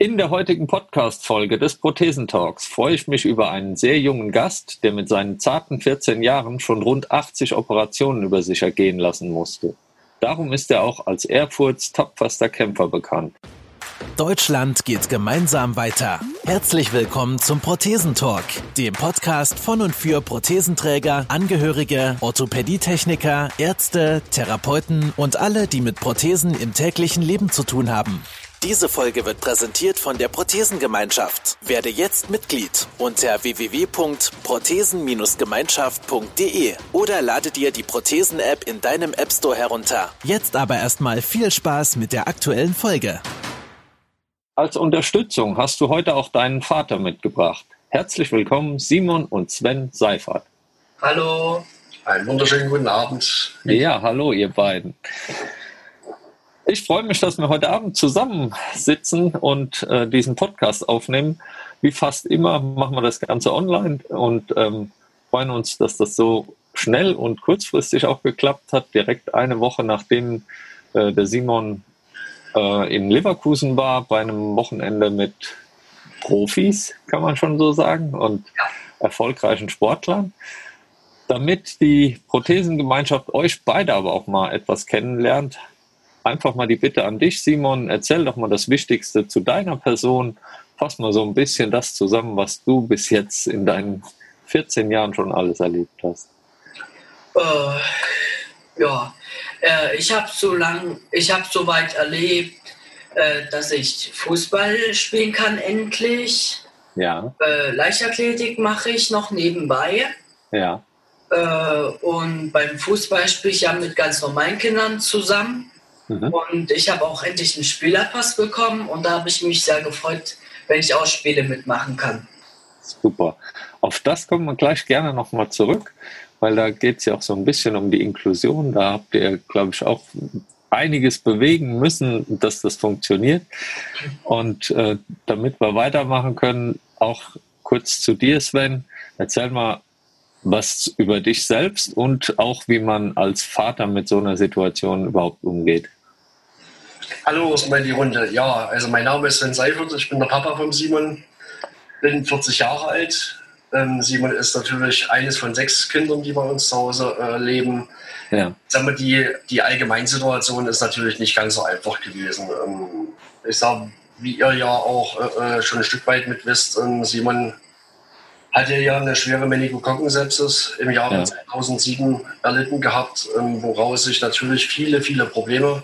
In der heutigen Podcast-Folge des Prothesentalks freue ich mich über einen sehr jungen Gast, der mit seinen zarten 14 Jahren schon rund 80 Operationen über sich ergehen lassen musste. Darum ist er auch als Erfurts tapferster Kämpfer bekannt. Deutschland geht gemeinsam weiter. Herzlich willkommen zum Prothesentalk, dem Podcast von und für Prothesenträger, Angehörige, Orthopädietechniker, Ärzte, Therapeuten und alle, die mit Prothesen im täglichen Leben zu tun haben. Diese Folge wird präsentiert von der Prothesengemeinschaft. Werde jetzt Mitglied unter www.prothesen-gemeinschaft.de oder lade dir die Prothesen-App in deinem App Store herunter. Jetzt aber erstmal viel Spaß mit der aktuellen Folge. Als Unterstützung hast du heute auch deinen Vater mitgebracht. Herzlich willkommen, Simon und Sven Seifert. Hallo. Einen wunderschönen guten Abend. Ja, hallo ihr beiden. Ich freue mich, dass wir heute Abend zusammensitzen und diesen Podcast aufnehmen. Wie fast immer machen wir das Ganze online und freuen uns, dass das so schnell und kurzfristig auch geklappt hat. Direkt eine Woche nachdem der Simon in Leverkusen war, bei einem Wochenende mit Profis, kann man schon so sagen, und erfolgreichen Sportlern. Damit die Prothesengemeinschaft euch beide aber auch mal etwas kennenlernt, einfach mal die Bitte an dich, Simon, erzähl doch mal das Wichtigste zu deiner Person. Fass mal so ein bisschen das zusammen, was du bis jetzt in deinen 14 Jahren schon alles erlebt hast. Ich habe so weit erlebt, dass ich Fußball spielen kann endlich. Ja. Leichtathletik mache ich noch nebenbei. Ja. Und beim Fußball spiele ich ja mit ganz normalen Kindern zusammen. Mhm. Und ich habe auch endlich einen Spielerpass bekommen und da habe ich mich sehr gefreut, wenn ich auch Spiele mitmachen kann. Super. Auf das kommen wir gleich gerne nochmal zurück, weil da geht es ja auch so ein bisschen um die Inklusion. Da habt ihr, glaube ich, auch einiges bewegen müssen, dass das funktioniert. Und damit wir weitermachen können, auch kurz zu dir, Sven. Erzähl mal was über dich selbst und auch, wie man als Vater mit so einer Situation überhaupt umgeht. Hallo, erstmal in die Runde. Ja, also mein Name ist Sven Seifert, ich bin der Papa von Simon, bin 40 Jahre alt. Simon ist natürlich eines von 6 Kindern, die bei uns zu Hause leben. Ja. Sagen wir, die Allgemeinsituation ist natürlich nicht ganz so einfach gewesen. Ich sage, wie ihr ja auch schon ein Stück weit mit wisst, Simon hatte ja eine schwere Meningokokken-Sepsis im Jahre 2007 erlitten gehabt, woraus sich natürlich viele, viele Probleme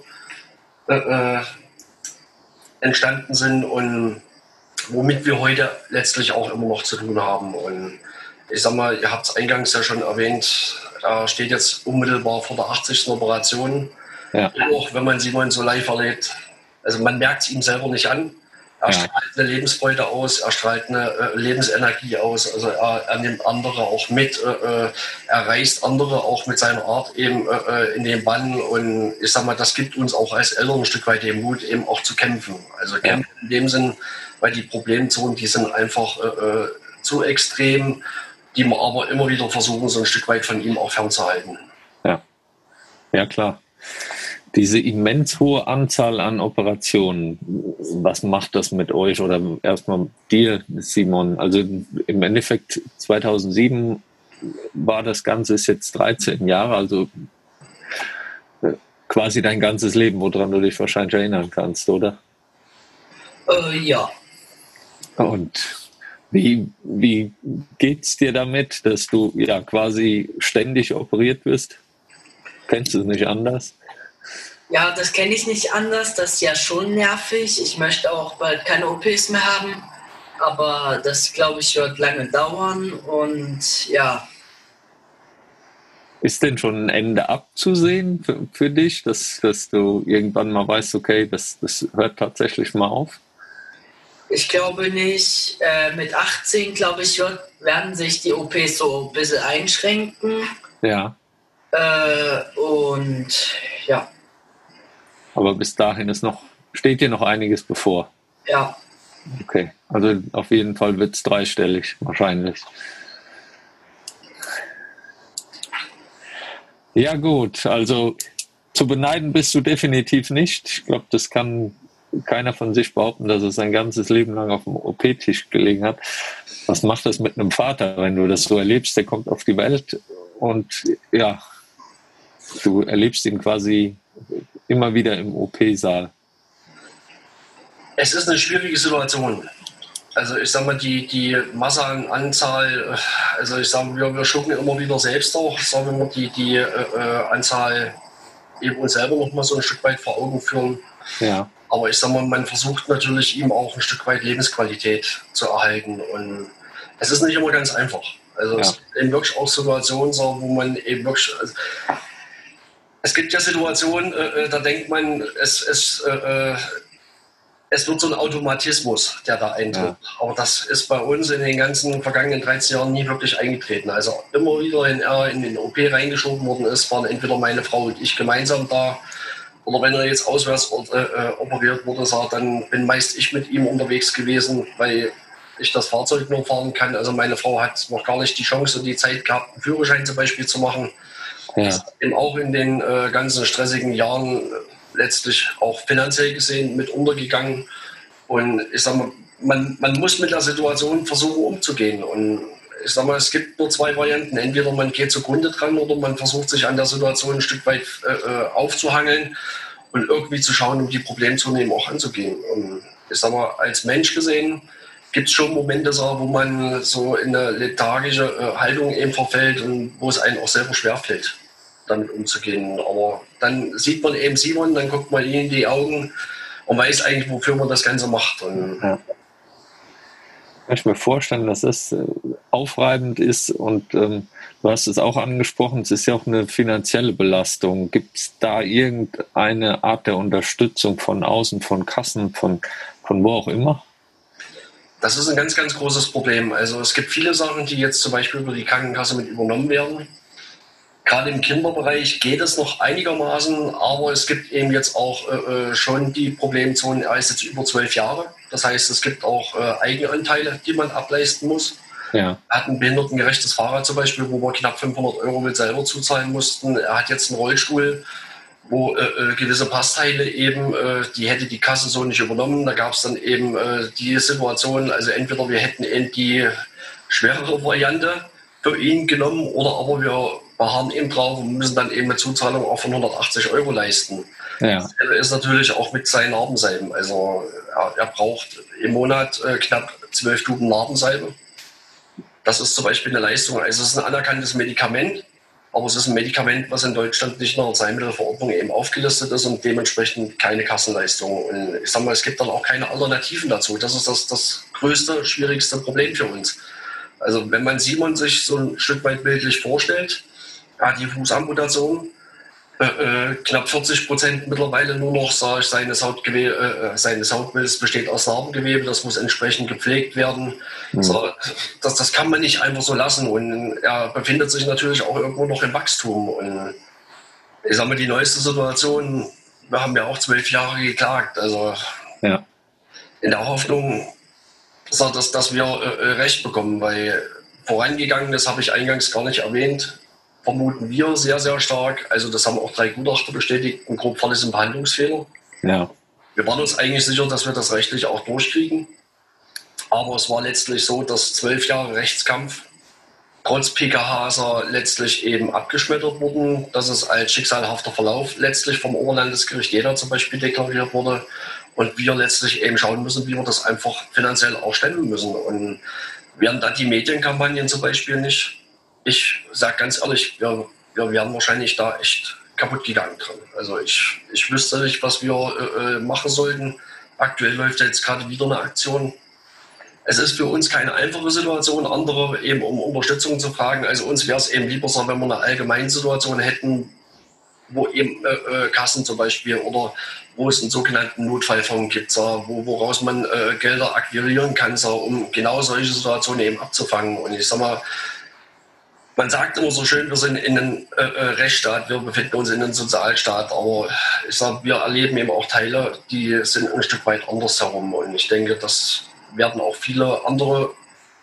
entstanden sind und womit wir heute letztlich auch immer noch zu tun haben. Und ich sag mal, ihr habt es eingangs ja schon erwähnt, er steht jetzt unmittelbar vor der 80. Operation. Ja. Auch wenn man Simon so live erlebt, also man merkt es ihm selber nicht an. Er strahlt eine Lebensfreude aus, er strahlt eine Lebensenergie aus, also er nimmt andere auch mit, er reißt andere auch mit seiner Art eben in den Bann und ich sag mal, das gibt uns auch als Eltern ein Stück weit den Mut, eben auch zu kämpfen. Also kämpfen in dem Sinn, weil die Problemzonen, die sind einfach zu extrem, die wir aber immer wieder versuchen, so ein Stück weit von ihm auch fernzuhalten. Ja, klar. Diese immens hohe Anzahl an Operationen, was macht das mit euch? Oder erstmal dir, Simon. Also im Endeffekt 2007 war das Ganze, ist jetzt 13 Jahre, also quasi dein ganzes Leben, woran du dich wahrscheinlich erinnern kannst, oder? Ja. Und wie geht's dir damit, dass du ja quasi ständig operiert wirst? Kennst du es nicht anders? Ja, das kenne ich nicht anders. Das ist ja schon nervig. Ich möchte auch bald keine OPs mehr haben. Aber das, glaube ich, wird lange dauern. Und ja. Ist denn schon ein Ende abzusehen für dich, dass du irgendwann mal weißt, okay, das hört tatsächlich mal auf? Ich glaube nicht. Mit 18, glaube ich, werden sich die OPs so ein bisschen einschränken. Ja. Und ja. Aber bis dahin steht dir noch einiges bevor. Ja. Okay, also auf jeden Fall wird es dreistellig, wahrscheinlich. Ja gut, also zu beneiden bist du definitiv nicht. Ich glaube, das kann keiner von sich behaupten, dass er sein ganzes Leben lang auf dem OP-Tisch gelegen hat. Was macht das mit einem Vater, wenn du das so erlebst? Der kommt auf die Welt und ja, du erlebst ihn quasi immer wieder im OP-Saal. Es ist eine schwierige Situation. Also ich sag mal, die Masse an Anzahl, also ich sage, wir schucken immer wieder selbst auch, sagen wir mal, die Anzahl eben uns selber noch mal so ein Stück weit vor Augen führen. Ja. Aber ich sag mal, man versucht natürlich ihm auch ein Stück weit Lebensqualität zu erhalten. Und es ist nicht immer ganz einfach. Also es gibt eben wirklich auch Situationen, wo man eben wirklich... Also, es gibt ja Situationen, da denkt man, es wird so ein Automatismus, der da eintritt. Ja. Aber das ist bei uns in den ganzen vergangenen 13 Jahren nie wirklich eingetreten. Also immer wieder, wenn er in den OP reingeschoben worden ist, waren entweder meine Frau und ich gemeinsam da. Oder wenn er jetzt auswärts operiert wurde, dann bin meist ich mit ihm unterwegs gewesen, weil ich das Fahrzeug nur fahren kann. Also meine Frau hat noch gar nicht die Chance und die Zeit gehabt, einen Führerschein zum Beispiel zu machen. Ja. Das ist eben auch in den ganzen stressigen Jahren letztlich auch finanziell gesehen mit untergegangen. Und ich sag mal, man muss mit der Situation versuchen umzugehen. Und ich sag mal, es gibt nur zwei Varianten. Entweder man geht zugrunde dran oder man versucht sich an der Situation ein Stück weit aufzuhangeln und irgendwie zu schauen, um die Problemzone eben auch anzugehen. Und ich sag mal, als Mensch gesehen gibt es schon Momente, wo man so in eine lethargische Haltung eben verfällt und wo es einem auch selber schwerfällt, damit umzugehen. Aber dann sieht man eben Simon, dann guckt man ihm in die Augen und weiß eigentlich, wofür man das Ganze macht. Und ja. Kann ich mir vorstellen, dass es aufreibend ist und du hast es auch angesprochen, es ist ja auch eine finanzielle Belastung. Gibt es da irgendeine Art der Unterstützung von außen, von Kassen, von wo auch immer? Das ist ein ganz, ganz großes Problem. Also es gibt viele Sachen, die jetzt zum Beispiel über die Krankenkasse mit übernommen werden. Gerade im Kinderbereich geht es noch einigermaßen, aber es gibt eben jetzt auch schon die Problemzonen, er ist jetzt über 12 Jahre. Das heißt, es gibt auch Eigenanteile, die man ableisten muss. Ja. Er hat ein behindertengerechtes Fahrrad zum Beispiel, wo wir knapp 500 € mit selber zuzahlen mussten. Er hat jetzt einen Rollstuhl, wo gewisse Passteile eben, die hätte die Kasse so nicht übernommen. Da gab es dann eben die Situation, also entweder wir hätten eben die schwerere Variante für ihn genommen oder aber wir beharren eben drauf und müssen dann eben eine Zuzahlung auch von 180 € leisten. Ja. Das ist natürlich auch mit seinen Narbensalben. Also er braucht im Monat knapp 12 Tuben Narbensalbe. Das ist zum Beispiel eine Leistung. Also es ist ein anerkanntes Medikament, aber es ist ein Medikament, was in Deutschland nicht nach der Arzneimittelverordnung eben aufgelistet ist und dementsprechend keine Kassenleistung. Und ich sag mal, es gibt dann auch keine Alternativen dazu. Das ist das größte, schwierigste Problem für uns. Also wenn man Simon sich so ein Stück weit bildlich vorstellt, ja, die Fußamputation, knapp 40% mittlerweile nur noch, sage ich, seines Hautbildes besteht aus Narbengewebe, das muss entsprechend gepflegt werden. Mhm. So, das kann man nicht einfach so lassen und er befindet sich natürlich auch irgendwo noch im Wachstum. Und ich sage mal, die neueste Situation, wir haben ja auch 12 Jahre geklagt, also ja. In der Hoffnung, dass wir Recht bekommen, weil vorangegangen, das habe ich eingangs gar nicht erwähnt, vermuten wir sehr, sehr stark. Also das haben auch 3 Gutachter bestätigt, ein grob fahrlässigen Behandlungsfehler. Ja. Wir waren uns eigentlich sicher, dass wir das rechtlich auch durchkriegen. Aber es war letztlich so, dass 12 Jahre Rechtskampf trotz PKH letztlich eben abgeschmettert wurden, dass es als schicksalhafter Verlauf letztlich vom Oberlandesgericht Jena zum Beispiel deklariert wurde und wir letztlich eben schauen müssen, wie wir das einfach finanziell auch stemmen müssen. Und wären da die Medienkampagnen zum Beispiel nicht, ich sage ganz ehrlich, wir wären wahrscheinlich da echt kaputt gegangen drin. Also ich wüsste nicht, was wir machen sollten. Aktuell läuft ja jetzt gerade wieder eine Aktion. Es ist für uns keine einfache Situation, andere eben um Unterstützung zu fragen. Also uns wäre es eben lieber so, wenn wir eine allgemeine Situation hätten, wo eben Kassen zum Beispiel oder wo es einen sogenannten Notfallfonds gibt, woraus man Gelder akquirieren kann, um genau solche Situationen eben abzufangen. Und ich sag mal, man sagt immer so schön, wir sind in einem Rechtsstaat, wir befinden uns in einem Sozialstaat, aber ich sage, wir erleben eben auch Teile, die sind ein Stück weit anders herum. Und ich denke, das werden auch viele andere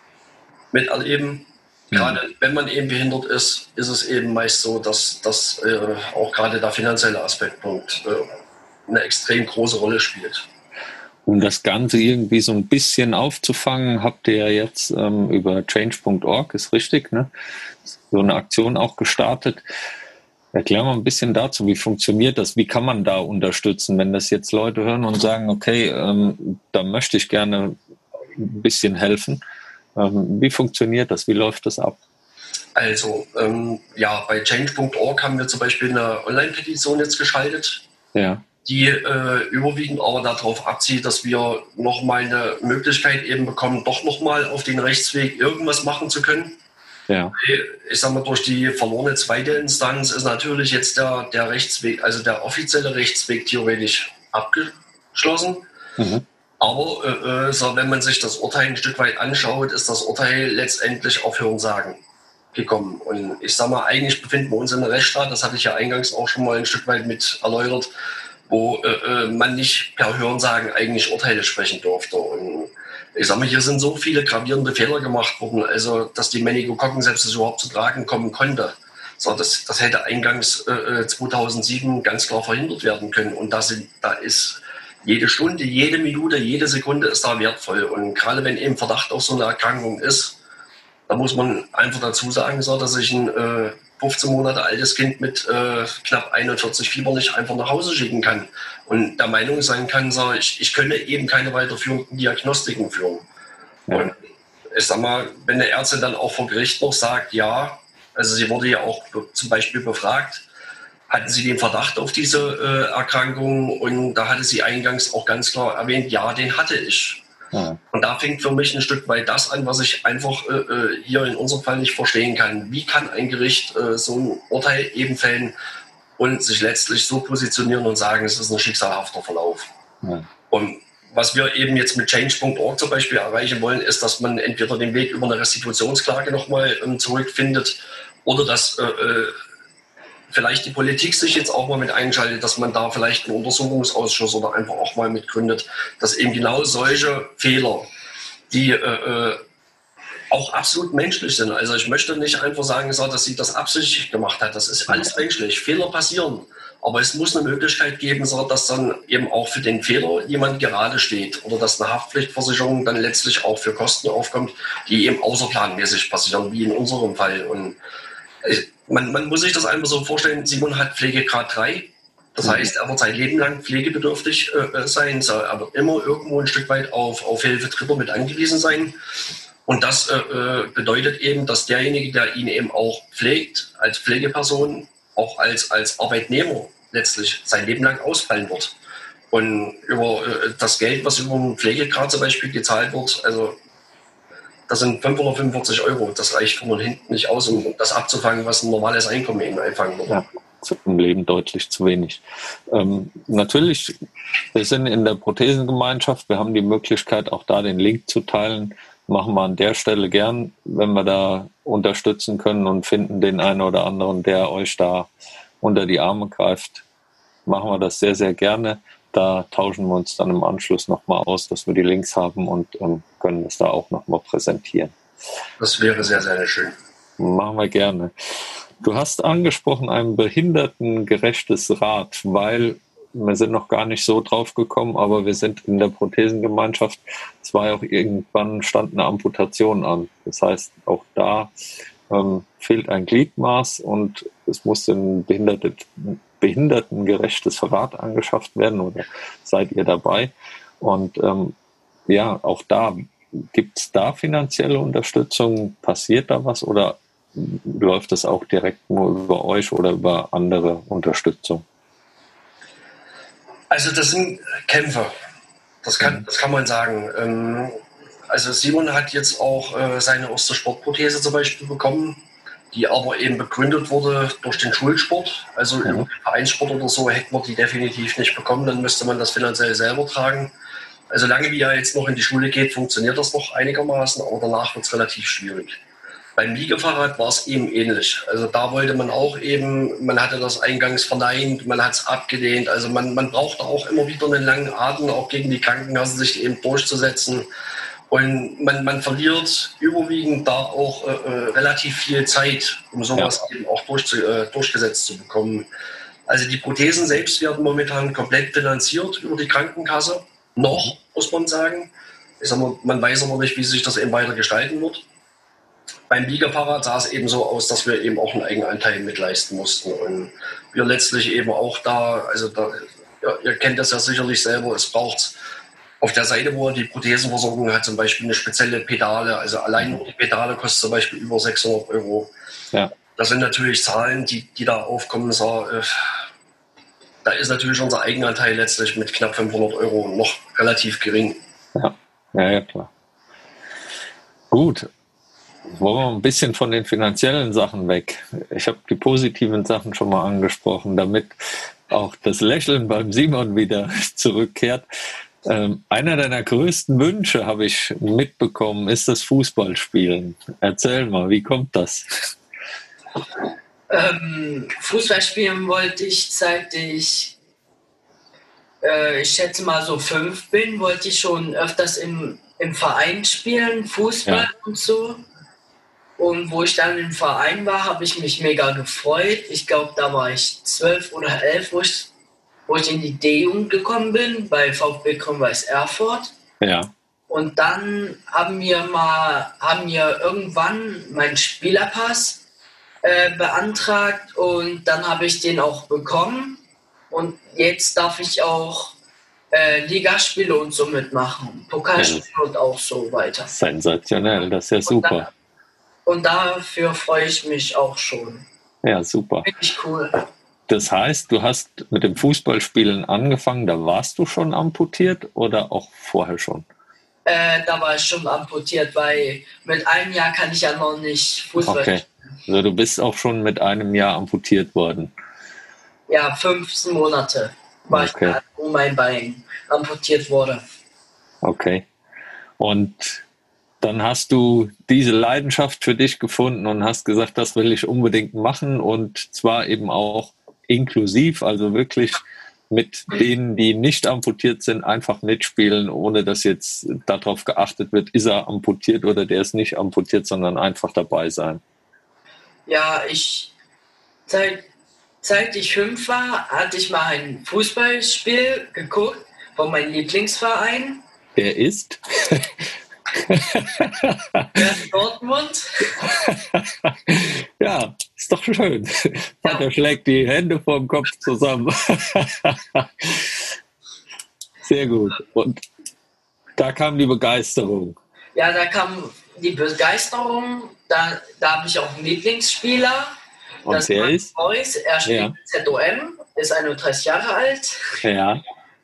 miterleben. Gerade wenn man eben behindert ist, ist es eben meist so, dass auch gerade der finanzielle Aspektpunkt eine extrem große Rolle spielt. Um das Ganze irgendwie so ein bisschen aufzufangen, habt ihr ja jetzt über change.org, ist richtig, ne? So eine Aktion auch gestartet. Erklär mal ein bisschen dazu, wie funktioniert das? Wie kann man da unterstützen, wenn das jetzt Leute hören und sagen, okay, da möchte ich gerne ein bisschen helfen. Wie funktioniert das? Wie läuft das ab? Also, bei change.org haben wir zum Beispiel eine Online-Petition jetzt geschaltet, die überwiegend aber darauf abzielt, dass wir nochmal eine Möglichkeit eben bekommen, doch nochmal auf den Rechtsweg irgendwas machen zu können. Ja. Ich sag mal, durch die verlorene zweite Instanz ist natürlich jetzt der Rechtsweg, also der offizielle Rechtsweg theoretisch abgeschlossen. Mhm. Aber wenn man sich das Urteil ein Stück weit anschaut, ist das Urteil letztendlich auf Hörensagen gekommen. Und ich sag mal, eigentlich befinden wir uns in einem Rechtsstaat, das hatte ich ja eingangs auch schon mal ein Stück weit mit erläutert, wo man nicht per Hörensagen eigentlich Urteile sprechen durfte. Und ich sag mal, hier sind so viele gravierende Fehler gemacht worden, also dass die Meningokokken-Sepsis überhaupt zu tragen kommen konnte. So, das hätte eingangs 2007 ganz klar verhindert werden können. Und da ist jede Stunde, jede Minute, jede Sekunde ist da wertvoll. Und gerade wenn eben Verdacht auf so eine Erkrankung ist, da muss man einfach dazu sagen, so, dass ich ein 15 Monate altes Kind mit knapp 41 Fieber nicht einfach nach Hause schicken kann und der Meinung sein kann, so, ich könne eben keine weiterführenden Diagnostiken führen. Ja. Und ich sag mal, wenn eine Ärztin dann auch vor Gericht noch sagt, ja, also sie wurde ja auch zum Beispiel befragt, hatten sie den Verdacht auf diese Erkrankung, und da hatte sie eingangs auch ganz klar erwähnt, ja, den hatte ich. Ja. Und da fängt für mich ein Stück weit das an, was ich einfach hier in unserem Fall nicht verstehen kann. Wie kann ein Gericht so ein Urteil eben fällen und sich letztlich so positionieren und sagen, es ist ein schicksalhafter Verlauf? Ja. Und was wir eben jetzt mit change.org zum Beispiel erreichen wollen, ist, dass man entweder den Weg über eine Restitutionsklage nochmal zurückfindet oder dass vielleicht die Politik sich jetzt auch mal mit einschaltet, dass man da vielleicht einen Untersuchungsausschuss oder einfach auch mal mitgründet, dass eben genau solche Fehler, die auch absolut menschlich sind. Also ich möchte nicht einfach sagen, dass sie das absichtlich gemacht hat. Das ist alles menschlich. Fehler passieren. Aber es muss eine Möglichkeit geben, dass dann eben auch für den Fehler jemand gerade steht oder dass eine Haftpflichtversicherung dann letztlich auch für Kosten aufkommt, die eben außerplanmäßig passieren, wie in unserem Fall. Und man muss sich das einfach so vorstellen, Simon hat Pflegegrad 3. Das heißt, er wird sein Leben lang pflegebedürftig sein. Er wird immer irgendwo ein Stück weit auf Hilfe Dritter mit angewiesen sein. Und das bedeutet eben, dass derjenige, der ihn eben auch pflegt, als Pflegeperson, auch als Arbeitnehmer letztlich sein Leben lang ausfallen wird. Und über das Geld, was über einen Pflegegrad zum Beispiel gezahlt wird, also das sind 545 €. Das reicht vorne und hinten nicht aus, um das abzufangen, was ein normales Einkommen eben einfangen würde. Ja, zum Leben deutlich zu wenig. Natürlich, wir sind in der Prothesengemeinschaft. Wir haben die Möglichkeit, auch da den Link zu teilen. Machen wir an der Stelle gern, wenn wir da unterstützen können und finden den einen oder anderen, der euch da unter die Arme greift. Machen wir das sehr, sehr gerne. Da tauschen wir uns dann im Anschluss nochmal aus, dass wir die Links haben und können das da auch nochmal präsentieren. Das wäre sehr, sehr schön. Machen wir gerne. Du hast angesprochen, ein behindertengerechtes Rad, weil wir sind noch gar nicht so drauf gekommen, aber wir sind in der Prothesengemeinschaft. Es war ja auch irgendwann, stand eine Amputation an. Das heißt, auch da fehlt ein Gliedmaß und es muss ein behindertengerechtes Rad angeschafft werden, oder seid ihr dabei? Und auch da, gibt es da finanzielle Unterstützung? Passiert da was oder läuft das auch direkt nur über euch oder über andere Unterstützung? Also das sind Kämpfe, das kann man sagen. Also Simon hat jetzt auch seine erste Sportprothese zum Beispiel bekommen, die aber eben begründet wurde durch den Schulsport. Also über den Vereinssport oder so hätten wir die definitiv nicht bekommen, dann müsste man das finanziell selber tragen. Also solange wie er jetzt noch in die Schule geht, funktioniert das noch einigermaßen, aber danach wird es relativ schwierig. Beim Liegefahrrad war es eben ähnlich. Also da wollte man auch eben, man hatte das eingangs verneint, man hat es abgelehnt. Also man brauchte auch immer wieder einen langen Atem, auch gegen die Krankenkassen sich eben durchzusetzen. Und man verliert überwiegend da auch relativ viel Zeit, um sowas eben auch durchgesetzt zu bekommen. Also die Prothesen selbst werden momentan komplett finanziert über die Krankenkasse. Noch. muss man sagen. Ich sag mal, man weiß aber nicht, wie sich das eben weiter gestalten wird. Beim Liegefahrrad sah es eben so aus, dass wir eben auch einen Eigenanteil mitleisten mussten. Und wir letztlich eben auch ihr kennt das ja sicherlich selber, es braucht auf der Seite, wo er die Prothesenversorgung hat, zum Beispiel eine spezielle Pedale. Also allein nur die Pedale kostet zum Beispiel über 600 Euro. Ja. Das sind natürlich Zahlen, die da aufkommen. Da ist natürlich unser Eigenanteil letztlich mit knapp 500 Euro noch relativ gering. Ja, klar. Gut. Wollen wir ein bisschen von den finanziellen Sachen weg. Ich habe die positiven Sachen schon mal angesprochen, damit auch das Lächeln beim Simon wieder zurückkehrt. Einer deiner größten Wünsche, habe ich mitbekommen, ist das Fußballspielen. Erzähl mal, wie kommt das? Fußball spielen wollte ich, seit ich schätze mal so 5 bin, wollte ich schon öfters im Verein spielen, Fußball und so. Und wo ich dann im Verein war, habe ich mich mega gefreut. Ich glaube, da war ich 12 oder 11, wo ich in die D-Jugend gekommen bin, bei VfB Grün-Weiß Erfurt. Ja. Und dann haben wir irgendwann meinen Spielerpass beantragt und dann habe ich den auch bekommen. Und jetzt darf ich auch Ligaspiele und so mitmachen, Pokalspiele und auch so weiter. Sensationell, das ist ja super. Und dafür freue ich mich auch schon. Ja, super. Finde ich cool. Das heißt, du hast mit dem Fußballspielen angefangen, da warst du schon amputiert oder auch vorher schon? Da war ich schon amputiert, weil mit einem Jahr kann ich ja noch nicht Fußball spielen. Also du bist auch schon mit einem Jahr amputiert worden? Ja, 15 Monate war ich da, wo mein Bein amputiert wurde. Okay. Und dann hast du diese Leidenschaft für dich gefunden und hast gesagt, das will ich unbedingt machen und zwar eben auch inklusiv, also wirklich mit denen, die nicht amputiert sind, einfach mitspielen, ohne dass jetzt darauf geachtet wird, ist er amputiert oder der ist nicht amputiert, sondern einfach dabei sein. Ja, seit ich 5 war, hatte ich mal ein Fußballspiel geguckt von meinem Lieblingsverein. Der ist? Dortmund. Ja, ist doch schön. Vater schlägt die Hände vorm Kopf zusammen. Sehr gut. Und da kam die Begeisterung. Ja, da kam die Begeisterung. Da habe ich auch einen Lieblingsspieler. Und das der ist? Reus. Er spielt ZOM, ist 31 Jahre alt. Ja.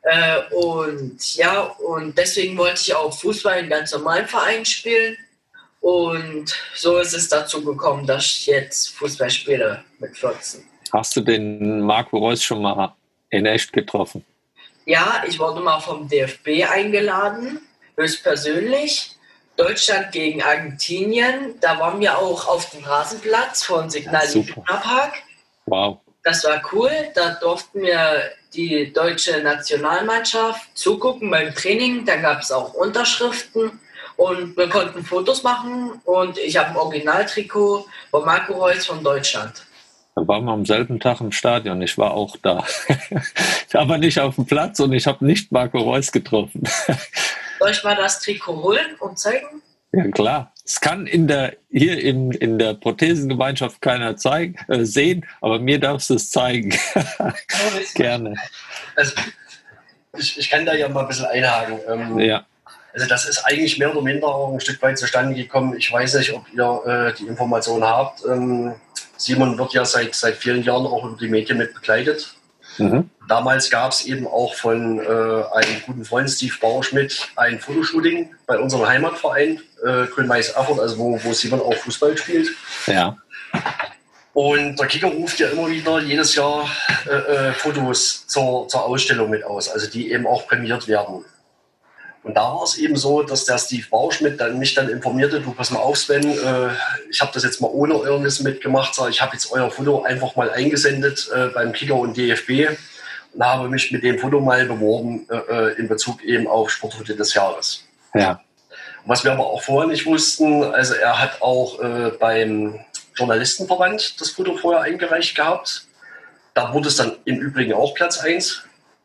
Und deswegen wollte ich auch Fußball in ganz normalen Verein spielen. Und so ist es dazu gekommen, dass ich jetzt Fußball spiele mit 14. Hast du den Marco Reus schon mal in echt getroffen? Ja, ich wurde mal vom DFB eingeladen, höchstpersönlich. Deutschland gegen Argentinien. Da waren wir auch auf dem Rasenplatz von Signal Iduna Park. Wow. Das war cool. Da durften wir die deutsche Nationalmannschaft zugucken beim Training. Da gab es auch Unterschriften und wir konnten Fotos machen. Und ich habe ein Originaltrikot von Marco Reus von Deutschland. Da waren wir am selben Tag im Stadion. Ich war auch da. Aber nicht auf dem Platz und ich habe nicht Marco Reus getroffen. Soll ich mal das Trikot holen und zeigen? Ja, klar. Es kann hier in der Prothesengemeinschaft keiner sehen, aber mir darfst du es zeigen. Gerne. Also, ich kann da ja mal ein bisschen einhaken. Ja. Also das ist eigentlich mehr oder minder auch ein Stück weit zustande gekommen. Ich weiß nicht, ob ihr die Information habt. Simon wird ja seit vielen Jahren auch über die Medien mit begleitet. Mhm. Damals gab es eben auch von einem guten Freund, Steve Bauerschmidt, ein Fotoshooting bei unserem Heimatverein, Grün-Weiß Erfurt, also wo Simon auch Fußball spielt. Ja. Und der Kicker ruft ja immer wieder jedes Jahr Fotos zur Ausstellung mit aus, also die eben auch prämiert werden. Und da war es eben so, dass der Steve Bauerschmidt mich dann informierte, du pass mal auf Sven, ich habe das jetzt mal ohne euer Wissen mitgemacht, ich habe jetzt euer Foto einfach mal eingesendet beim Kicker und DFB und habe mich mit dem Foto mal beworben in Bezug eben auf Sportfoto des Jahres. Ja. Was wir aber auch vorher nicht wussten, also er hat auch beim Journalistenverband das Foto vorher eingereicht gehabt. Da wurde es dann im Übrigen auch Platz 1.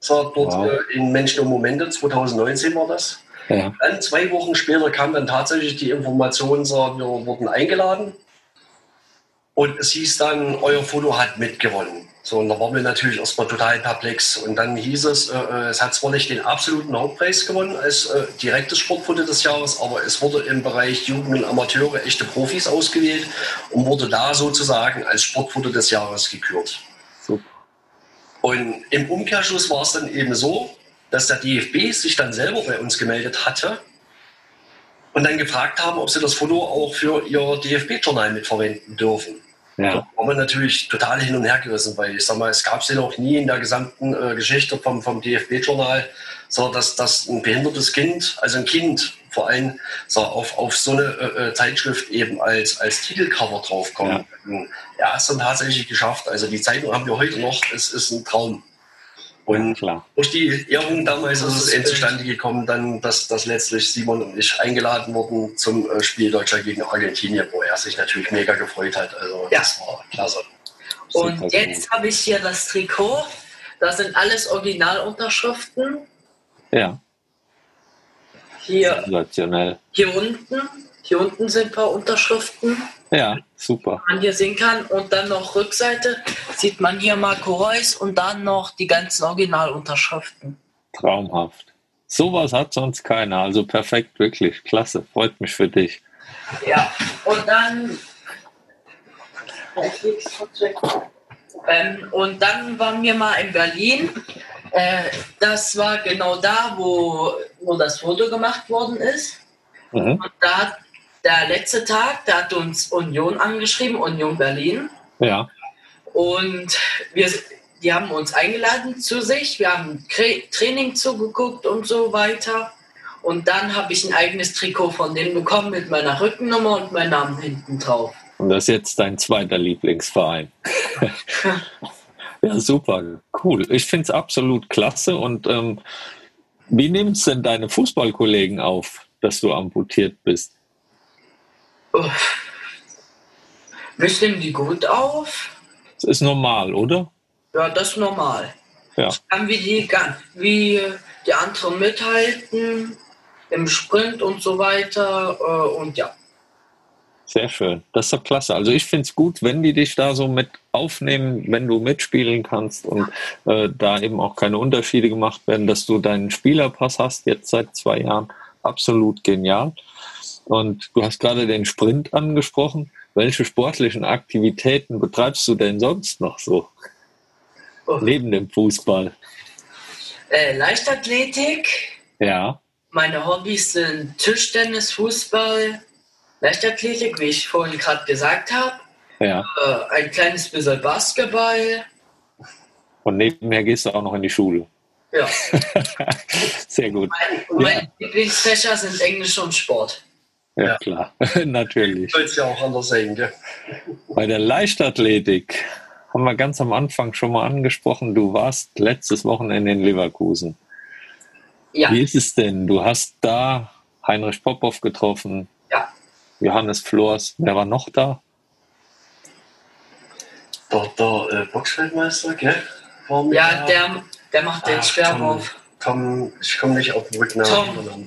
So, dort in Menschen und Momente, 2019 war das. Ja. Dann 2 Wochen später kam dann tatsächlich die Information, so, wir wurden eingeladen. Und es hieß dann, euer Foto hat mitgewonnen. So, und da waren wir natürlich erstmal total perplex. Und dann hieß es, es hat zwar nicht den absoluten Hauptpreis gewonnen als direktes Sportfoto des Jahres, aber es wurde im Bereich Jugend und Amateure echte Profis ausgewählt und wurde da sozusagen als Sportfoto des Jahres gekürt. Super. Und im Umkehrschluss war es dann eben so, dass der DFB sich dann selber bei uns gemeldet hatte und dann gefragt haben, ob sie das Foto auch für ihr DFB-Journal mitverwenden dürfen. Ja. Da waren wir natürlich total hin und her gerissen, weil ich sag mal, es gab es ja noch nie in der gesamten Geschichte vom DFB-Journal, so dass ein behindertes Kind, also ein Kind vor allem, so auf so eine Zeitschrift eben als Titelcover draufkommt. Ja, es dann tatsächlich geschafft. Also die Zeitung haben wir heute noch, es ist ein Traum. Und durch die Ehrung damals ist es zustande gekommen, dann, dass letztlich Simon und ich eingeladen wurden zum Spiel Deutschland gegen Argentinien, wo er sich natürlich mega gefreut hat. Also das war klasse. Und jetzt habe ich hier das Trikot. Da sind alles Originalunterschriften. Ja. Hier unten sind ein paar Unterschriften. Ja, super. Die man hier sehen kann. Und dann noch Rückseite sieht man hier Marco Reus und dann noch die ganzen Originalunterschriften. Traumhaft. Sowas hat sonst keiner. Also perfekt, wirklich. Klasse. Freut mich für dich. Ja, und dann waren wir mal in Berlin. Das war genau da, wo das Foto gemacht worden ist. Und da der letzte Tag, da hat uns Union angeschrieben, Union Berlin. Ja. Und die haben uns eingeladen zu sich. Wir haben Training zugeguckt und so weiter. Und dann habe ich ein eigenes Trikot von denen bekommen mit meiner Rückennummer und meinem Namen hinten drauf. Und das ist jetzt dein zweiter Lieblingsverein. Ja, super, cool. Ich finde es absolut klasse. Und wie nehmen es denn deine Fußballkollegen auf, dass du amputiert bist? Wir nehmen die gut auf. Das ist normal, oder? Ja, das ist normal. Ja. Ich kann wie die anderen mithalten im Sprint und so weiter und ja. Sehr schön. Das ist doch klasse. Also ich finde es gut, wenn die dich da so mit aufnehmen, wenn du mitspielen kannst und da eben auch keine Unterschiede gemacht werden, dass du deinen Spielerpass hast, jetzt seit 2 Jahren. Absolut genial. Und du hast gerade den Sprint angesprochen. Welche sportlichen Aktivitäten betreibst du denn sonst noch so? Neben dem Fußball? Leichtathletik. Ja. Meine Hobbys sind Tischtennis, Fußball, Leichtathletik, wie ich vorhin gerade gesagt habe. Ja. Ein kleines bisschen Basketball. Und nebenher gehst du auch noch in die Schule. Ja. Sehr gut. Meine Lieblingsfächer sind Englisch und Sport. Ja, klar. Natürlich. Soll es ja auch anders sein, gell? Bei der Leichtathletik haben wir ganz am Anfang schon mal angesprochen, du warst letztes Wochenende in Leverkusen. Ja. Wie ist es denn? Du hast da Heinrich Popov getroffen, ja. Johannes Flors. Wer war noch da? Der Boxweltmeister, gell? Ja, der macht den Schwerwurf. Tom, ich komme nicht auf den Rücknamen.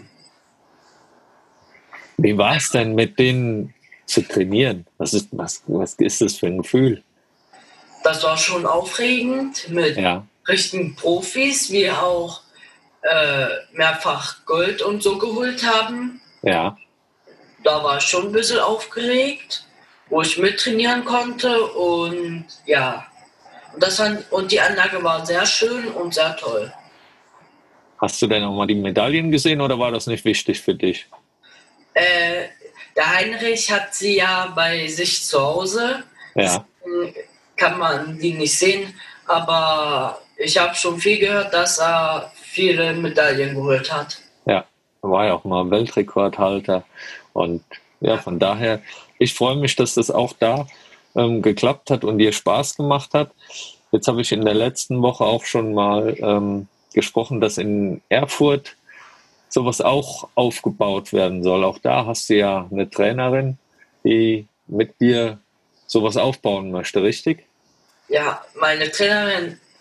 Wie war es denn, mit denen zu trainieren? Was ist das für ein Gefühl? Das war schon aufregend mit richtigen Profis, wie auch mehrfach Gold und so geholt haben. Ja. Da war ich schon ein bisschen aufgeregt, wo ich mittrainieren konnte und ja. Und die Anlage war sehr schön und sehr toll. Hast du denn auch mal die Medaillen gesehen oder war das nicht wichtig für dich? Der Heinrich hat sie ja bei sich zu Hause. Ja. Deswegen kann man die nicht sehen, aber ich habe schon viel gehört, dass er viele Medaillen geholt hat. Ja, er war ja auch mal Weltrekordhalter und ja, von daher, ich freue mich, dass das auch da geklappt hat und dir Spaß gemacht hat. Jetzt habe ich in der letzten Woche auch schon mal gesprochen, dass in Erfurt sowas auch aufgebaut werden soll. Auch da hast du ja eine Trainerin, die mit dir sowas aufbauen möchte, richtig? Ja, meine Trainerin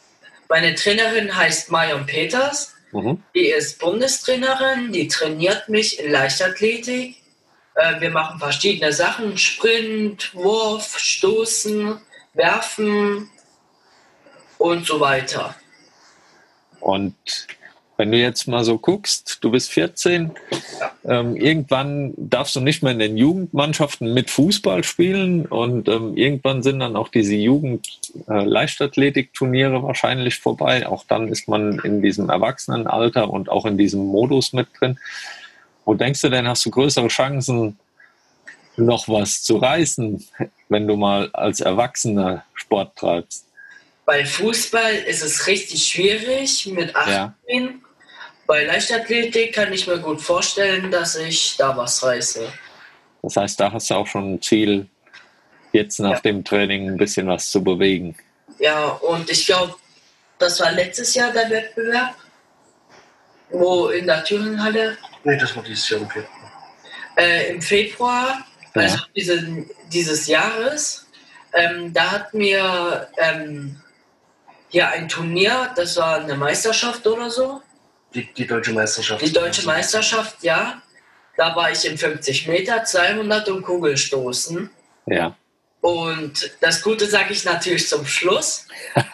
Meine Trainerin heißt Marion Peters. Die ist Bundestrainerin, die trainiert mich in Leichtathletik. Wir machen verschiedene Sachen, Sprint, Wurf, Stoßen, Werfen und so weiter. Und wenn du jetzt mal so guckst, du bist 14, irgendwann darfst du nicht mehr in den Jugendmannschaften mit Fußball spielen und irgendwann sind dann auch diese Jugend-Leichtathletik-Turniere wahrscheinlich vorbei. Auch dann ist man in diesem Erwachsenenalter und auch in diesem Modus mit drin. Wo denkst du denn, hast du größere Chancen, noch was zu reißen, wenn du mal als Erwachsener Sport treibst? Bei Fußball ist es richtig schwierig mit 18. Ja. Bei Leichtathletik kann ich mir gut vorstellen, dass ich da was reiße. Das heißt, da hast du auch schon ein Ziel, jetzt nach dem Training ein bisschen was zu bewegen. Ja, und ich glaube, das war letztes Jahr der Wettbewerb, wo in der Turnhalle. Nee, das war dieses Jahr im Februar. Im Februar, also dieses Jahres, da hat mir hier ein Turnier, das war eine Meisterschaft oder so. Die deutsche Meisterschaft. Die deutsche Meisterschaft, ja. Da war ich im 50 Meter, 200 und Kugelstoßen. Ja. Und das Gute sage ich natürlich zum Schluss.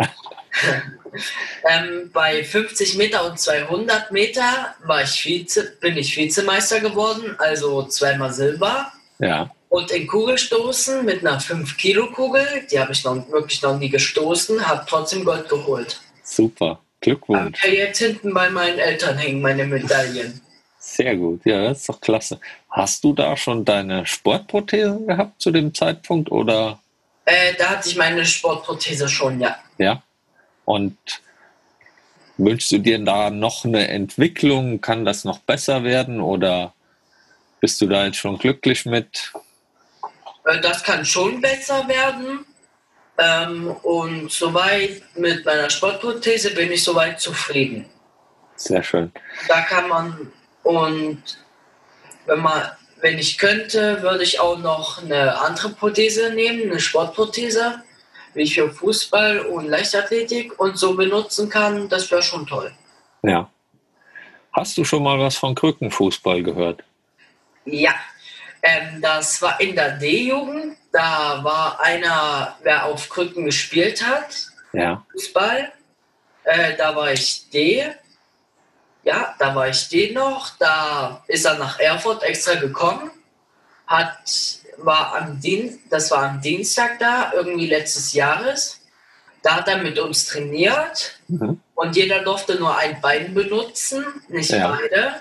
Bei 50 Meter und 200 Meter bin ich Vizemeister geworden, also zweimal Silber. Ja. Und in Kugelstoßen mit einer 5-Kilo-Kugel, die habe ich wirklich noch nie gestoßen, habe trotzdem Gold geholt. Super, Glückwunsch. Aber jetzt hinten bei meinen Eltern hängen meine Medaillen. Sehr gut, ja, das ist doch klasse. Hast du da schon deine Sportprothese gehabt zu dem Zeitpunkt, oder? Da hatte ich meine Sportprothese schon, ja. Ja, und wünschst du dir da noch eine Entwicklung? Kann das noch besser werden, oder bist du da jetzt schon glücklich mit? Das kann schon besser werden. Und soweit mit meiner Sportprothese bin ich soweit zufrieden. Sehr schön. Da kann man, und wenn ich könnte, würde ich auch noch eine andere Prothese nehmen, eine Sportprothese, wie ich für Fußball und Leichtathletik und so benutzen kann. Das wäre schon toll. Ja. Hast du schon mal was von Krückenfußball gehört? Ja. Das war in der D-Jugend. Da war einer, wer auf Krücken gespielt hat. Ja. Fußball. Da war ich D. Ja, da war ich D noch. Da ist er nach Erfurt extra gekommen. Das war am Dienstag da, irgendwie letztes Jahres. Da hat er mit uns trainiert. Und jeder durfte nur ein Bein benutzen, nicht beide.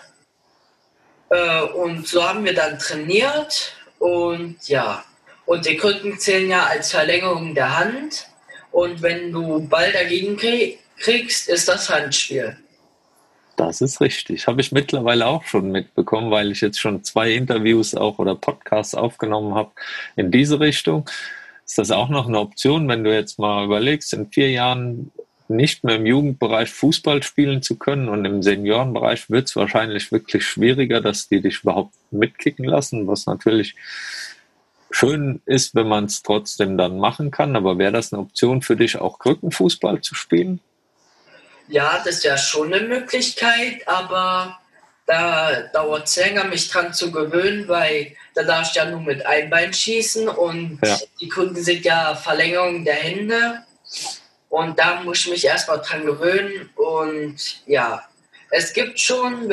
Und so haben wir dann trainiert und ja, und die Krücken zählen ja als Verlängerung der Hand und wenn du Ball dagegen kriegst, ist das Handspiel. Das ist richtig. Habe ich mittlerweile auch schon mitbekommen, weil ich jetzt schon 2 Interviews auch oder Podcasts aufgenommen habe in diese Richtung. Ist das auch noch eine Option, wenn du jetzt mal überlegst, in 4 Jahren nicht mehr im Jugendbereich Fußball spielen zu können und im Seniorenbereich wird es wahrscheinlich wirklich schwieriger, dass die dich überhaupt mitkicken lassen, was natürlich schön ist, wenn man es trotzdem dann machen kann, aber wäre das eine Option für dich, auch Krückenfußball zu spielen? Ja, das ist ja schon eine Möglichkeit, aber da dauert es länger, mich dran zu gewöhnen, weil da darfst du ja nur mit einem Bein schießen und die Krücken sind ja Verlängerung der Hände. Und da muss ich mich erstmal dran gewöhnen. Und ja, es gibt schon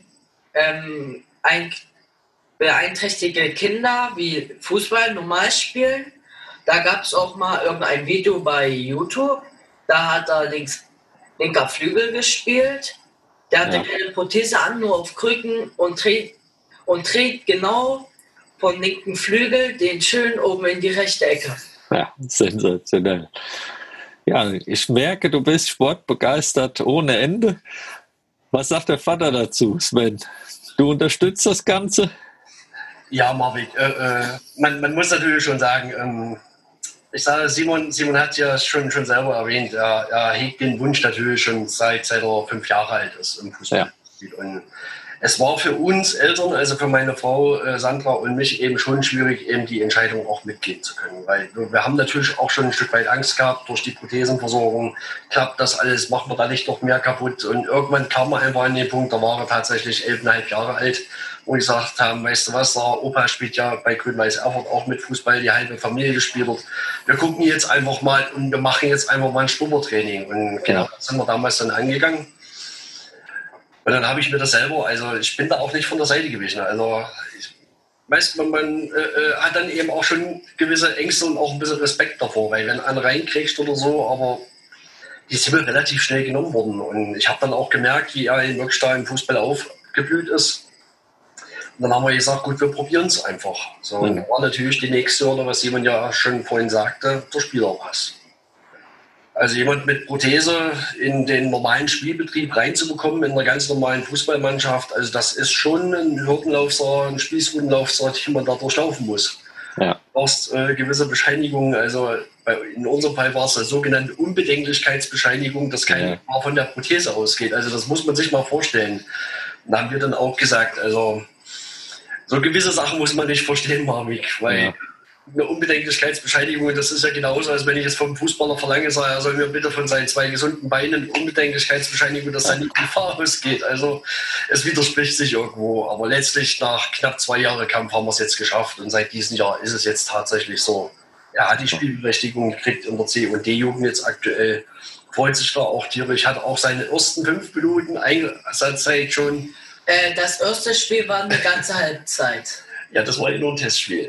beeinträchtigte Kinder, wie Fußball normal spielen. Da gab es auch mal irgendein Video bei YouTube. Da hat er linker Flügel gespielt. Der hatte keine Prothese an, nur auf Krücken und dreht genau vom linken Flügel den schön oben in die rechte Ecke. Ja, sensationell. Ja, ich merke, du bist sportbegeistert ohne Ende. Was sagt der Vater dazu, Sven? Du unterstützt das Ganze? Ja, Marvin, man muss natürlich schon sagen, ich sage, Simon hat ja schon selber erwähnt, er hegt den Wunsch natürlich schon seit er 5 Jahre alt ist im Fußball. Ja. Und es war für uns Eltern, also für meine Frau Sandra und mich eben schon schwierig, eben die Entscheidung auch mitgehen zu können. Weil wir haben natürlich auch schon ein Stück weit Angst gehabt durch die Prothesenversorgung. Klappt das alles, machen wir da nicht noch mehr kaputt? Und irgendwann kam man einfach an den Punkt, da war er tatsächlich 11,5 Jahre alt, wo wir gesagt haben, weißt du was, der Opa spielt ja bei Grün-Weiß Erfurt auch mit Fußball, die halbe Familie gespielt hat. Wir gucken jetzt einfach mal und wir machen jetzt einfach mal ein Schnuppertraining. Und genau das sind wir damals dann angegangen. Und dann habe ich mir das selber, also ich bin da auch nicht von der Seite gewichen. Also man hat dann eben auch schon gewisse Ängste und auch ein bisschen Respekt davor, weil wenn einer reinkriegst oder so, aber die sind mir relativ schnell genommen worden. Und ich habe dann auch gemerkt, wie er wirklich da im Fußball aufgeblüht ist. Und dann haben wir gesagt, gut, wir probieren es einfach. So, und da war natürlich die nächste Hürde, was jemand ja schon vorhin sagte, der Spielerpass. Also jemand mit Prothese in den normalen Spielbetrieb reinzubekommen, in einer ganz normalen Fußballmannschaft, also das ist schon ein Hürdenlauf, ein Spießrutenlauf, den man da durchlaufen muss. Ja. Du brauchst gewisse Bescheinigungen, also in unserem Fall war es eine sogenannte Unbedenklichkeitsbescheinigung, dass keine Gefahr von der Prothese ausgeht. Also das muss man sich mal vorstellen. Und da haben wir dann auch gesagt, also so gewisse Sachen muss man nicht verstehen, Marvik, weil eine Unbedenklichkeitsbescheinigung, das ist ja genauso, als wenn ich jetzt vom Fußballer verlange, er soll mir bitte von seinen 2 gesunden Beinen Unbedenklichkeitsbescheinigung, dass da nicht Gefahr ausgeht. Also es widerspricht sich irgendwo, aber letztlich nach knapp 2 Jahren Kampf haben wir es jetzt geschafft und seit diesem Jahr ist es jetzt tatsächlich so. Er hat die Spielberechtigung gekriegt in der C- und D-Jugend jetzt aktuell, freut sich da auch tierisch, hat auch seine ersten 5 Minuten Einsatzzeit schon. Das erste Spiel war eine ganze Halbzeit. Ja, das war ja nur ein Testspiel.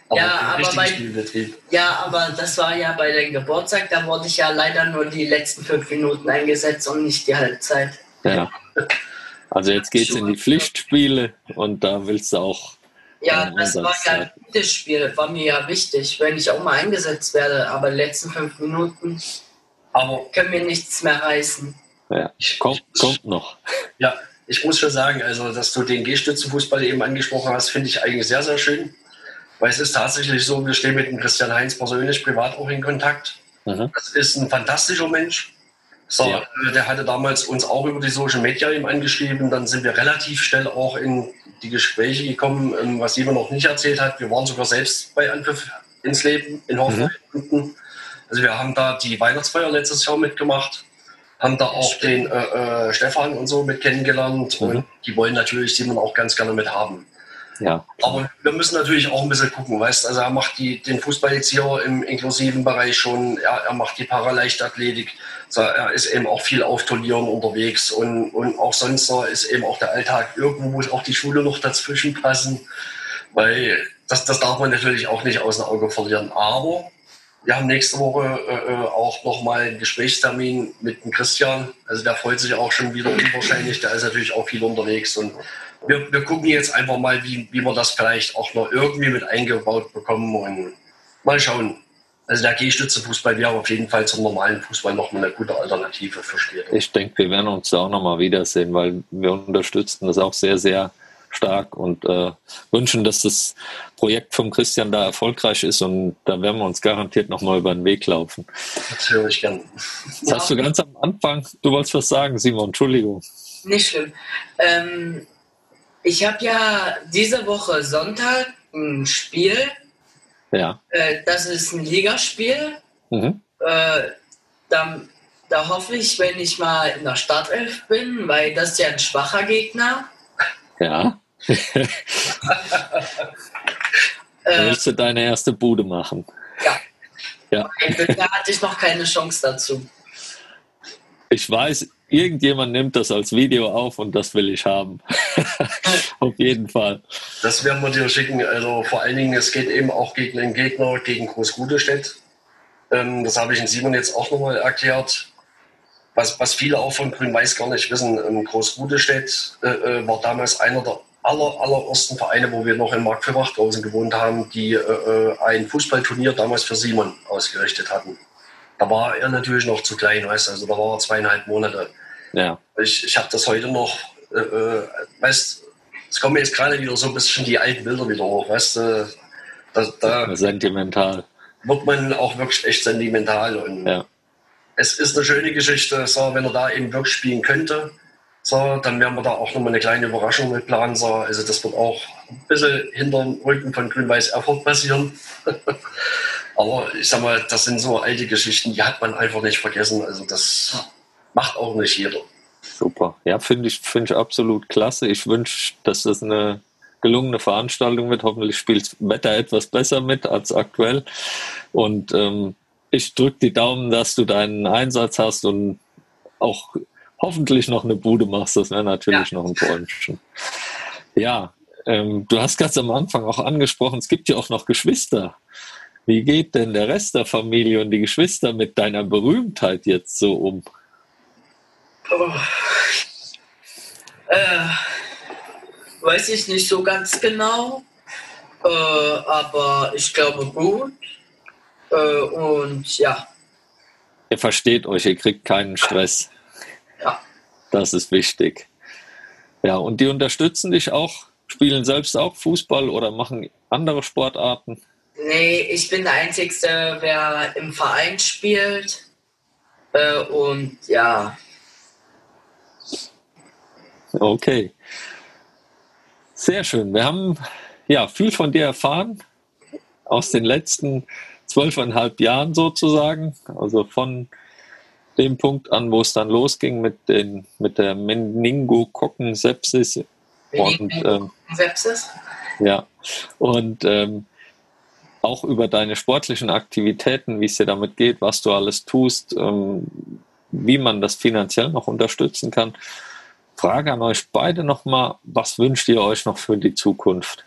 Aber das war ja bei dem Geburtstag, da wurde ich ja leider nur die letzten 5 Minuten eingesetzt und nicht die Halbzeit. Ja, also jetzt geht's in die Pflichtspiele und da willst du auch... Ja, das war ja ein gutes Spiel, war mir ja wichtig, wenn ich auch mal eingesetzt werde, aber die letzten 5 Minuten können mir nichts mehr reißen. Ja, kommt noch. Ja, ich muss schon sagen, also dass du den Gehstützenfußball eben angesprochen hast, finde ich eigentlich sehr, sehr schön. Weil es ist tatsächlich so, wir stehen mit dem Christian Heinz persönlich, privat auch in Kontakt. Das ist ein fantastischer Mensch. So, der hatte damals uns auch über die Social Media eben angeschrieben. Dann sind wir relativ schnell auch in die Gespräche gekommen, was jemand noch nicht erzählt hat. Wir waren sogar selbst bei Anpfiff ins Leben in Hoffenheim. Also wir haben da die Weihnachtsfeier letztes Jahr mitgemacht, haben da auch den Stefan und so mit kennengelernt. Und die wollen natürlich Simon auch ganz gerne mit haben. Ja. Aber wir müssen natürlich auch ein bisschen gucken, weißt, also er macht den Fußball jetzt hier im inklusiven Bereich schon, er macht die Paraleichtathletik, so, er ist eben auch viel auf Turnieren unterwegs und auch sonst ist eben auch der Alltag, irgendwo muss auch die Schule noch dazwischen passen, weil das darf man natürlich auch nicht aus dem Auge verlieren, aber wir haben nächste Woche auch nochmal einen Gesprächstermin mit dem Christian, also der freut sich auch schon wieder unwahrscheinlich, der ist natürlich auch viel unterwegs und wir gucken jetzt einfach mal, wie wir das vielleicht auch noch irgendwie mit eingebaut bekommen und mal schauen. Also der Gehstützenfußball wäre auf jeden Fall zum normalen Fußball noch mal eine gute Alternative für Spieler. Ich denke, wir werden uns da auch noch mal wiedersehen, weil wir unterstützen das auch sehr, sehr stark und wünschen, dass das Projekt vom Christian da erfolgreich ist und da werden wir uns garantiert noch mal über den Weg laufen. Das höre ich gern. Das hast du ganz am Anfang, du wolltest was sagen, Simon, Entschuldigung. Nicht schlimm. Ich habe ja diese Woche Sonntag ein Spiel. Ja. Das ist ein Ligaspiel. Da hoffe ich, wenn ich mal in der Startelf bin, weil das ist ja ein schwacher Gegner. Ja. Willst du deine erste Bude machen? Ja. Da hatte ich noch keine Chance dazu. Ich weiß, irgendjemand nimmt das als Video auf und das will ich haben. Auf jeden Fall. Das werden wir dir schicken. Also vor allen Dingen, es geht eben auch gegen einen Gegner, gegen Großgudestedt. Das habe ich in Simon jetzt auch nochmal erklärt. Was viele auch von Grün-Weiß gar nicht wissen. Großgudestedt war damals einer der allerersten Vereine, wo wir noch in Marktfirmach draußen gewohnt haben, die ein Fußballturnier damals für Simon ausgerichtet hatten. Da war er natürlich noch zu klein, weißt du, also da war er 2,5 Monate. Ja. Ich habe das heute noch, weißt, es kommen jetzt gerade wieder so ein bisschen die alten Bilder wieder hoch, weißt du, da sentimental. Wird man auch wirklich echt sentimental und es ist eine schöne Geschichte, so, wenn er da eben wirklich spielen könnte. So, dann werden wir da auch nochmal eine kleine Überraschung mit planen. So. Also das wird auch ein bisschen hinterm Rücken von Grün-Weiß Erfurt passieren. Aber ich sag mal, das sind so alte Geschichten, die hat man einfach nicht vergessen. Also das macht auch nicht jeder. Super. Ja, finde ich absolut klasse. Ich wünsche, dass das eine gelungene Veranstaltung wird. Hoffentlich spielt das Wetter etwas besser mit als aktuell. Und ich drücke die Daumen, dass du deinen Einsatz hast und auch hoffentlich noch eine Bude machst. Das wäre natürlich noch ein Träumchen. Ja, du hast ganz am Anfang auch angesprochen, es gibt ja auch noch Geschwister. Wie geht denn der Rest der Familie und die Geschwister mit deiner Berühmtheit jetzt so um? Weiß ich nicht so ganz genau, aber ich glaube gut. Und ja. Ihr versteht euch, ihr kriegt keinen Stress. Ja. Das ist wichtig. Ja, und die unterstützen dich auch, spielen selbst auch Fußball oder machen andere Sportarten? Nee, ich bin der Einzige, wer im Verein spielt. Und ja. Okay. Sehr schön. Wir haben ja viel von dir erfahren aus den letzten 12,5 Jahren sozusagen. Also von dem Punkt an, wo es dann losging mit der Meningokokken-Sepsis. Sepsis? Ja. Und auch über deine sportlichen Aktivitäten, wie es dir damit geht, was du alles tust, wie man das finanziell noch unterstützen kann. Frage an euch beide nochmal, was wünscht ihr euch noch für die Zukunft?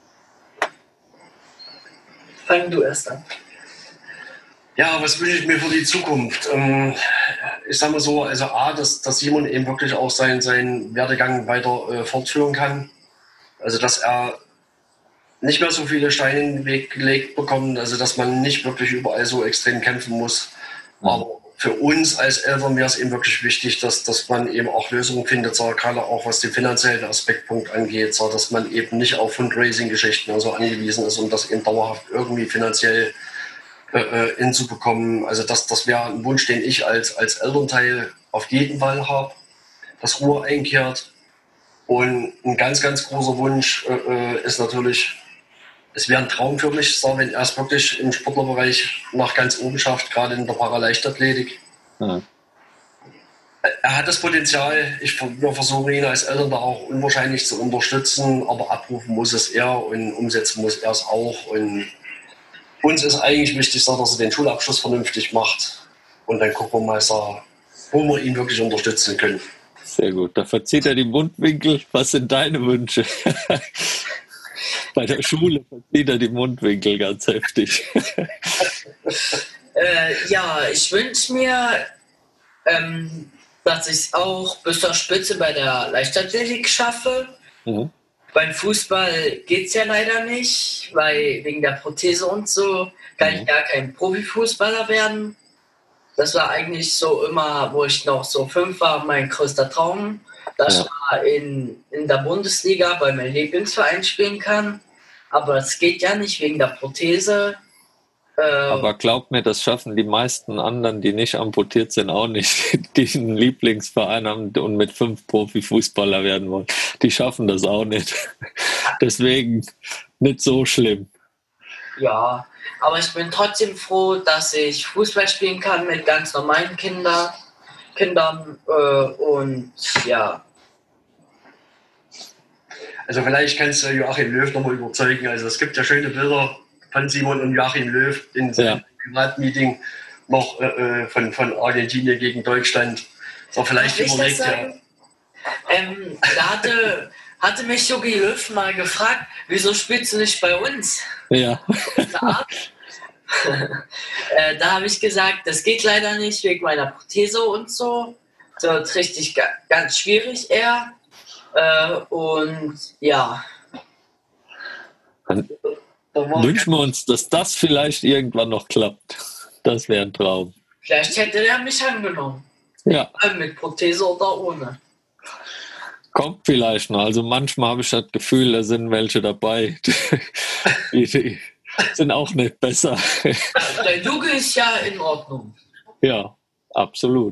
Fang du erst an. Ja, was wünsche ich mir für die Zukunft? Ich sage mal so, also dass Simon eben wirklich auch seinen Werdegang weiter fortführen kann. Also dass er nicht mehr so viele Steine in den Weg gelegt bekommt, also dass man nicht wirklich überall so extrem kämpfen muss. Aber für uns als Eltern wäre es eben wirklich wichtig, dass man eben auch Lösungen findet, so, gerade auch was den finanziellen Aspektpunkt angeht, so, dass man eben nicht auf Fundraising-Geschichten und so angewiesen ist, um das eben dauerhaft irgendwie finanziell hinzubekommen. Also das wäre ein Wunsch, den ich als Elternteil auf jeden Fall habe, dass Ruhe einkehrt. Und ein ganz, ganz großer Wunsch ist natürlich, es wäre ein Traum für mich, wenn er es wirklich im Sportlerbereich nach ganz oben schafft, gerade in der Paraleichtathletik. Ja. Er hat das Potenzial, wir versuchen ihn als Eltern da auch unwahrscheinlich zu unterstützen, aber abrufen muss es er und umsetzen muss er es auch. Und uns ist eigentlich wichtig, dass er den Schulabschluss vernünftig macht und dann gucken wir mal, wo wir ihn wirklich unterstützen können. Sehr gut, da verzieht er die Mundwinkel. Was sind deine Wünsche? Bei der Schule verzieht er die Mundwinkel ganz heftig. Ja, ich wünsche mir, dass ich es auch bis zur Spitze bei der Leichtathletik schaffe. Mhm. Beim Fußball geht es ja leider nicht, weil wegen der Prothese und so kann ich gar kein Profifußballer werden. Das war eigentlich so immer, wo ich noch so 5 war, mein größter Traum, dass ich mal in der Bundesliga bei meinem Lieblingsverein spielen kann. Aber es geht ja nicht wegen der Prothese. Aber glaub mir, das schaffen die meisten anderen, die nicht amputiert sind, auch nicht, die einen Lieblingsverein haben und mit 5 Profifußballer werden wollen. Die schaffen das auch nicht. Deswegen nicht so schlimm. Ja, aber ich bin trotzdem froh, dass ich Fußball spielen kann mit ganz normalen Kindern und ja. Also vielleicht kannst du Joachim Löw nochmal überzeugen. Also es gibt ja schöne Bilder von Simon und Joachim Löw in seinem Privatmeeting noch von Argentinien gegen Deutschland. So vielleicht überlegt ja. Da hatte mich Jogi Löw mal gefragt, wieso spielst du nicht bei uns? Ja. Da habe ich gesagt, das geht leider nicht wegen meiner Prothese und so. Das wird richtig ganz schwierig eher. Und ja. Dann wünschen wir uns, dass das vielleicht irgendwann noch klappt. Das wäre ein Traum. Vielleicht hätte der mich angenommen. Ja. Mit Prothese oder ohne. Kommt vielleicht noch. Also manchmal habe ich das Gefühl, da sind welche dabei, die sind auch nicht besser. Der Juge ist ja in Ordnung. Ja, absolut.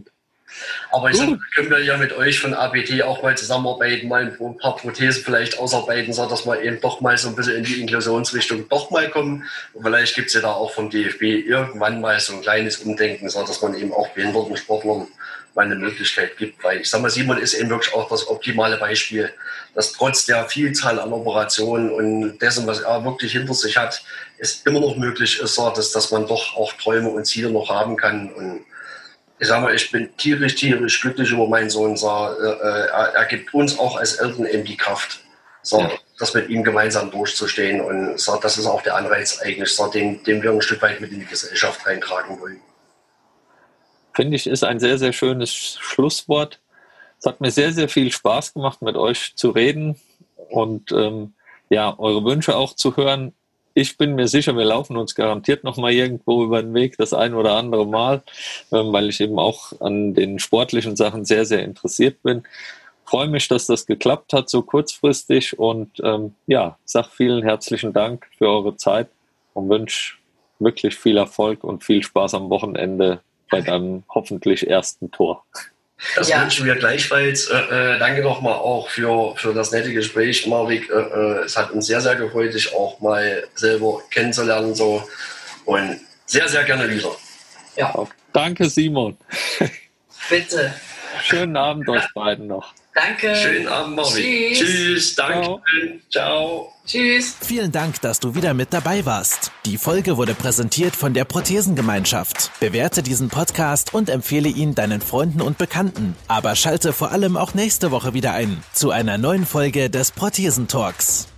Aber ich sage, können wir ja mit euch von APT auch mal zusammenarbeiten, mal ein paar Prothesen vielleicht ausarbeiten, so dass wir eben doch mal so ein bisschen in die Inklusionsrichtung doch mal kommen. Und vielleicht gibt es ja da auch vom DFB irgendwann mal so ein kleines Umdenken, so dass man eben auch behinderten Sportlern mal eine Möglichkeit gibt. Weil ich sage mal, Simon ist eben wirklich auch das optimale Beispiel, dass trotz der Vielzahl an Operationen und dessen, was er wirklich hinter sich hat, es immer noch möglich ist, so dass man doch auch Träume und Ziele noch haben kann. Und ich sage mal, ich bin tierisch glücklich über meinen Sohn. So, er gibt uns auch als Eltern eben die Kraft, so, das mit ihm gemeinsam durchzustehen. Und so, das ist auch der Anreiz eigentlich, so, den wir ein Stück weit mit in die Gesellschaft reintragen wollen. Finde ich, ist ein sehr, sehr schönes Schlusswort. Es hat mir sehr, sehr viel Spaß gemacht, mit euch zu reden und eure Wünsche auch zu hören. Ich bin mir sicher, wir laufen uns garantiert noch mal irgendwo über den Weg, das ein oder andere Mal, weil ich eben auch an den sportlichen Sachen sehr, sehr interessiert bin. Freue mich, dass das geklappt hat, so kurzfristig und sage vielen herzlichen Dank für eure Zeit und wünsche wirklich viel Erfolg und viel Spaß am Wochenende bei deinem hoffentlich ersten Tor. Das wünschen wir gleichfalls. Danke nochmal auch für das nette Gespräch, Marvik. Es hat uns sehr, sehr gefreut, dich auch mal selber kennenzulernen. So. Und sehr, sehr gerne wieder. Ja. Danke, Simon. Bitte. Schönen Abend euch beiden noch. Danke. Schönen Abend, Marvik. Tschüss. Danke. Ciao. Tschüss. Vielen Dank, dass du wieder mit dabei warst. Die Folge wurde präsentiert von der Prothesengemeinschaft. Bewerte diesen Podcast und empfehle ihn deinen Freunden und Bekannten. Aber schalte vor allem auch nächste Woche wieder ein zu einer neuen Folge des Prothesentalks.